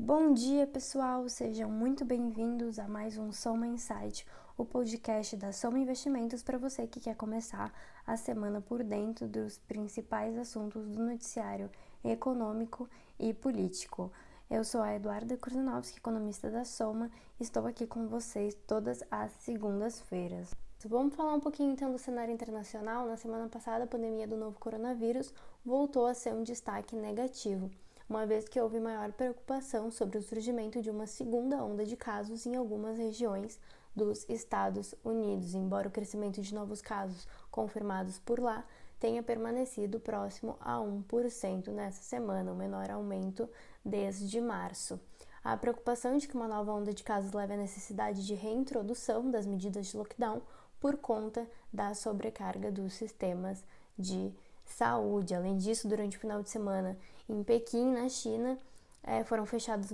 Bom dia, pessoal! Sejam muito bem-vindos a mais um Soma Insight, o podcast da Soma Investimentos para você que quer começar a semana por dentro dos principais assuntos do noticiário econômico e político. Eu sou a Eduarda Kruzanowski, economista da Soma, e estou aqui com vocês todas as segundas-feiras. Vamos falar um pouquinho então do cenário internacional. Na semana passada, a pandemia do novo coronavírus voltou a ser um destaque negativo, uma vez que houve maior preocupação sobre o surgimento de uma segunda onda de casos em algumas regiões dos Estados Unidos, embora o crescimento de novos casos confirmados por lá tenha permanecido próximo a 1% nessa semana, o menor aumento desde março. A preocupação de que uma nova onda de casos leve à necessidade de reintrodução das medidas de lockdown por conta da sobrecarga dos sistemas de saúde. Além disso, durante o final de semana, em Pequim, na China, foi fechado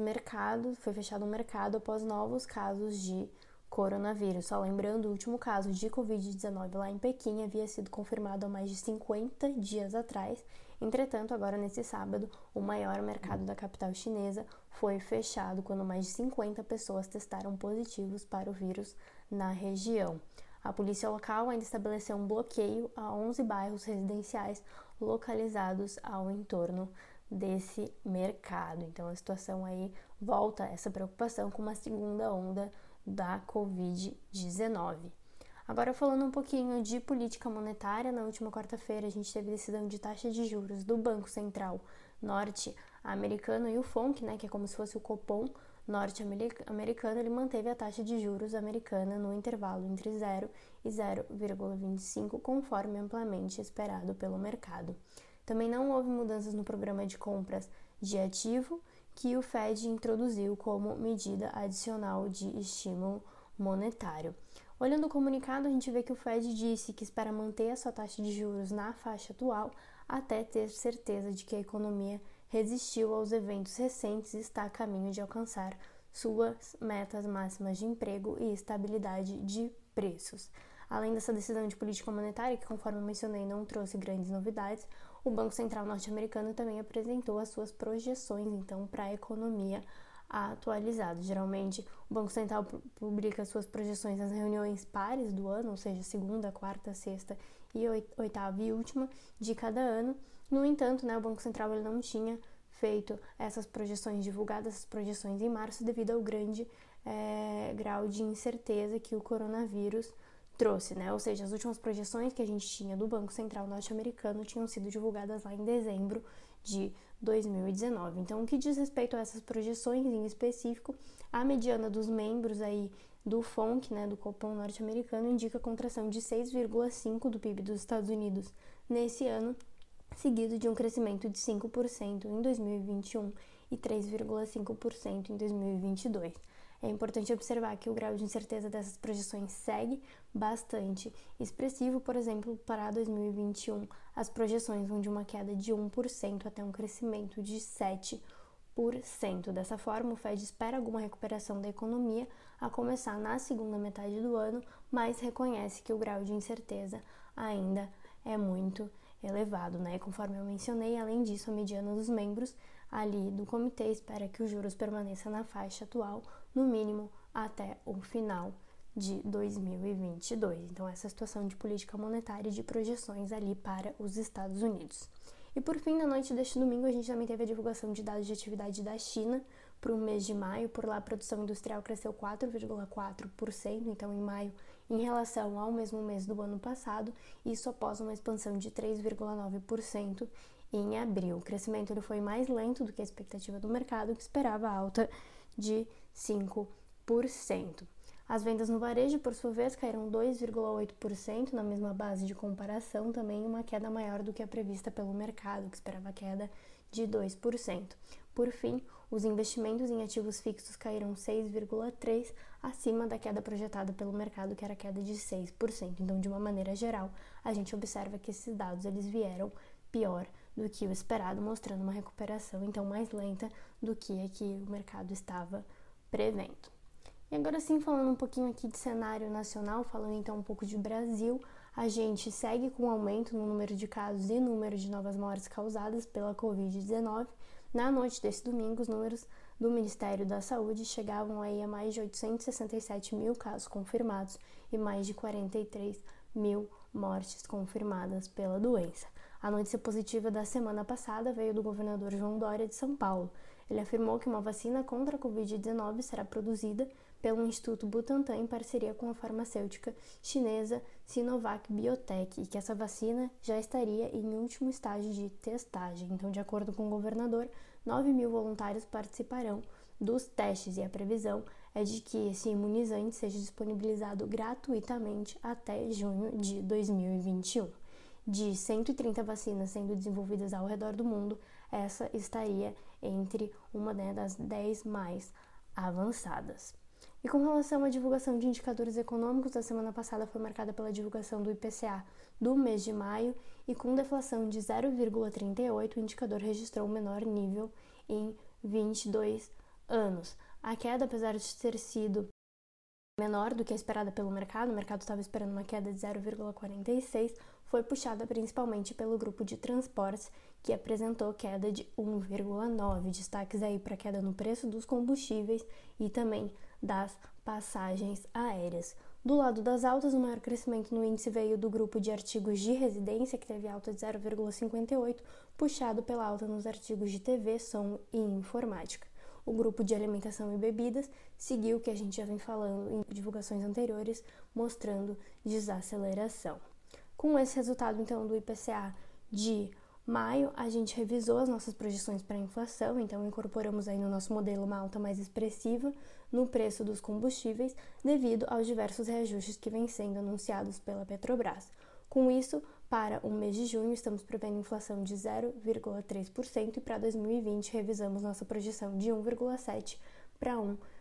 um mercado após novos casos de coronavírus. Só lembrando, o último caso de Covid-19 lá em Pequim havia sido confirmado há mais de 50 dias atrás. Entretanto, agora nesse sábado, o maior mercado da capital chinesa foi fechado quando mais de 50 pessoas testaram positivos para o vírus na região. A polícia local ainda estabeleceu um bloqueio a 11 bairros residenciais localizados ao entorno desse mercado. Então, a situação aí volta a essa preocupação com uma segunda onda da Covid-19. Agora, falando um pouquinho de política monetária, na última quarta-feira a gente teve decisão de taxa de juros do Banco Central norte-americano e o FONC, que é como se fosse o Copom norte-americano. Ele manteve a taxa de juros americana no intervalo entre 0 e 0,25, conforme amplamente esperado pelo mercado. Também não houve mudanças no programa de compras de ativo que o Fed introduziu como medida adicional de estímulo monetário. Olhando o comunicado, a gente vê que o Fed disse que espera manter a sua taxa de juros na faixa atual até ter certeza de que a economia resistiu aos eventos recentes e está a caminho de alcançar suas metas máximas de emprego e estabilidade de preços. Além dessa decisão de política monetária, que conforme eu mencionei não trouxe grandes novidades, o Banco Central norte-americano também apresentou as suas projeções então para a economia atualizadas. Geralmente, o Banco Central publica suas projeções nas reuniões pares do ano, ou seja, segunda, quarta, sexta e oitava e última de cada ano. No entanto, o Banco Central ele não tinha feito essas projeções, divulgado essas projeções em março, devido ao grande grau de incerteza que o coronavírus trouxe, Ou seja, as últimas projeções que a gente tinha do Banco Central norte-americano tinham sido divulgadas lá em dezembro de 2019. Então, o que diz respeito a essas projeções em específico, a mediana dos membros aí do FONC, do Copom norte-americano, indica a contração de 6,5% do PIB dos Estados Unidos nesse ano, seguido de um crescimento de 5% em 2021 e 3,5% em 2022. É importante observar que o grau de incerteza dessas projeções segue bastante expressivo. Por exemplo, para 2021, as projeções vão de uma queda de 1% até um crescimento de 7%. Dessa forma, o Fed espera alguma recuperação da economia a começar na segunda metade do ano, mas reconhece que o grau de incerteza ainda é muito elevado, Conforme eu mencionei, além disso, a mediana dos membros ali do comitê espera que os juros permaneçam na faixa atual, no mínimo até o final de 2022. Então, essa é a situação de política monetária e de projeções ali para os Estados Unidos. E por fim, na noite deste domingo, a gente também teve a divulgação de dados de atividade da China para o mês de maio. Por lá, a produção industrial cresceu 4,4%, então em maio, em relação ao mesmo mês do ano passado, isso após uma expansão de 3,9% em abril. O crescimento ele foi mais lento do que a expectativa do mercado, que esperava alta de 5%. As vendas no varejo, por sua vez, caíram 2,8% na mesma base de comparação, também uma queda maior do que a prevista pelo mercado, que esperava queda de 2%. Por fim, os investimentos em ativos fixos caíram 6,3%, acima da queda projetada pelo mercado, que era queda de 6%. Então, de uma maneira geral, a gente observa que esses dados eles vieram pior do que o esperado, mostrando uma recuperação então mais lenta do que a que o mercado estava prevendo. E agora sim, falando um pouquinho aqui de cenário nacional, falando então um pouco de Brasil, a gente segue com um aumento no número de casos e número de novas mortes causadas pela Covid-19. Na noite desse domingo, os números do Ministério da Saúde chegavam aí a mais de 867 mil casos confirmados e mais de 43 mil mortes confirmadas pela doença. A notícia positiva da semana passada veio do governador João Dória de São Paulo. Ele afirmou que uma vacina contra a Covid-19 será produzida pelo Instituto Butantan em parceria com a farmacêutica chinesa Sinovac Biotech e que essa vacina já estaria em último estágio de testagem. Então, de acordo com o governador, 9 mil voluntários participarão dos testes e a previsão é de que esse imunizante seja disponibilizado gratuitamente até junho de 2021. De 130 vacinas sendo desenvolvidas ao redor do mundo, essa estaria entre uma das 10 mais avançadas. E com relação à divulgação de indicadores econômicos, a semana passada foi marcada pela divulgação do IPCA do mês de maio e com deflação de 0,38, o indicador registrou o menor nível em 22 anos. A queda, apesar de ter sido menor do que a esperada pelo mercado, o mercado estava esperando uma queda de 0,46, foi puxada principalmente pelo grupo de transportes, que apresentou queda de 1,9. Destaques aí para a queda no preço dos combustíveis e também das passagens aéreas. Do lado das altas, o maior crescimento no índice veio do grupo de artigos de residência, que teve alta de 0,58, puxado pela alta nos artigos de TV, som e informática. O grupo de alimentação e bebidas seguiu o que a gente já vem falando em divulgações anteriores, mostrando desaceleração. Com esse resultado, então, do IPCA de maio, a gente revisou as nossas projeções para a inflação, então incorporamos aí no nosso modelo uma alta mais expressiva no preço dos combustíveis, devido aos diversos reajustes que vêm sendo anunciados pela Petrobras. Com isso, para o mês de junho, estamos prevendo inflação de 0,3% e para 2020 revisamos nossa projeção de 1,7% para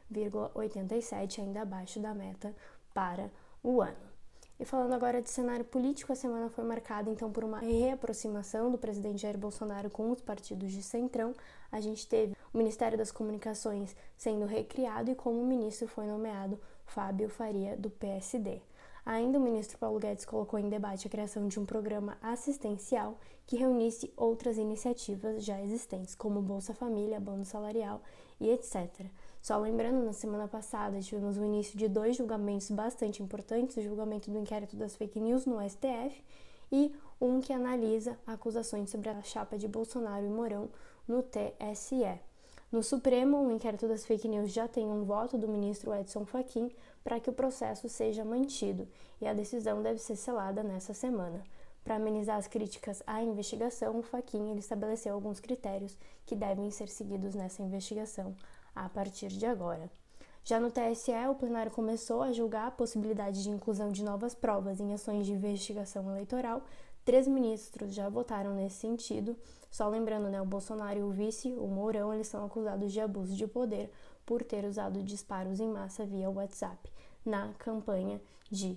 1,87%, ainda abaixo da meta para o ano. E falando agora de cenário político, a semana foi marcada então por uma reaproximação do presidente Jair Bolsonaro com os partidos de centrão. A gente teve o Ministério das Comunicações sendo recriado e como ministro foi nomeado Fábio Faria, do PSD. Ainda o ministro Paulo Guedes colocou em debate a criação de um programa assistencial que reunisse outras iniciativas já existentes, como Bolsa Família, Bônus Salarial e etc. Só lembrando, na semana passada tivemos o início de 2 julgamentos bastante importantes, o julgamento do inquérito das fake news no STF e um que analisa acusações sobre a chapa de Bolsonaro e Mourão no TSE. No Supremo, o inquérito das fake news já tem um voto do ministro Edson Fachin para que o processo seja mantido e a decisão deve ser selada nessa semana. Para amenizar as críticas à investigação, o Fachin estabeleceu alguns critérios que devem ser seguidos nessa investigação a partir de agora. Já no TSE, o plenário começou a julgar a possibilidade de inclusão de novas provas em ações de investigação eleitoral. 3 ministros já votaram nesse sentido. Só lembrando, o Bolsonaro e o vice, o Mourão, eles são acusados de abuso de poder por ter usado disparos em massa via WhatsApp na campanha de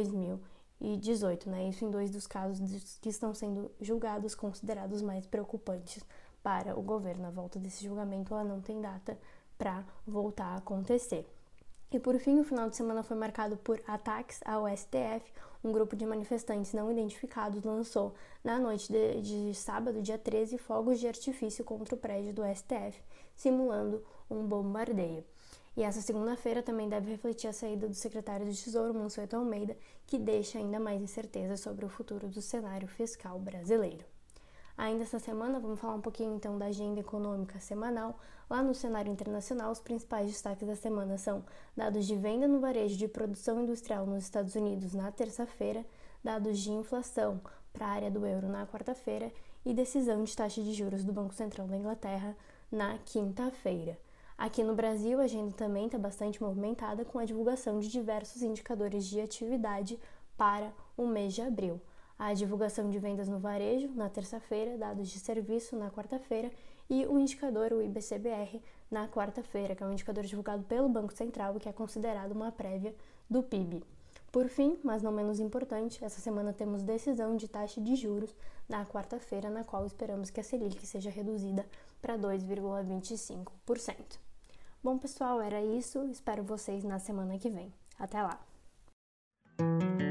2018, Isso em 2 dos casos que estão sendo julgados, considerados mais preocupantes para o governo. A volta desse julgamento, ela não tem data para voltar a acontecer. E por fim, o final de semana foi marcado por ataques ao STF. Um grupo de manifestantes não identificados lançou, na noite de sábado, dia 13, fogos de artifício contra o prédio do STF, simulando um bombardeio. E essa segunda-feira também deve refletir a saída do secretário de Tesouro, Mansueto Almeida, que deixa ainda mais incerteza sobre o futuro do cenário fiscal brasileiro. Ainda essa semana, vamos falar um pouquinho então da agenda econômica semanal. Lá no cenário internacional, os principais destaques da semana são dados de venda no varejo de produção industrial nos Estados Unidos na terça-feira, dados de inflação para a área do euro na quarta-feira e decisão de taxa de juros do Banco Central da Inglaterra na quinta-feira. Aqui no Brasil, a agenda também está bastante movimentada com a divulgação de diversos indicadores de atividade para o mês de abril. A divulgação de vendas no varejo na terça-feira, dados de serviço na quarta-feira e o indicador, o IBCBR, na quarta-feira, que é um indicador divulgado pelo Banco Central e que é considerado uma prévia do PIB. Por fim, mas não menos importante, essa semana temos decisão de taxa de juros na quarta-feira, na qual esperamos que a Selic seja reduzida para 2,25%. Bom, pessoal, era isso. Espero vocês na semana que vem. Até lá!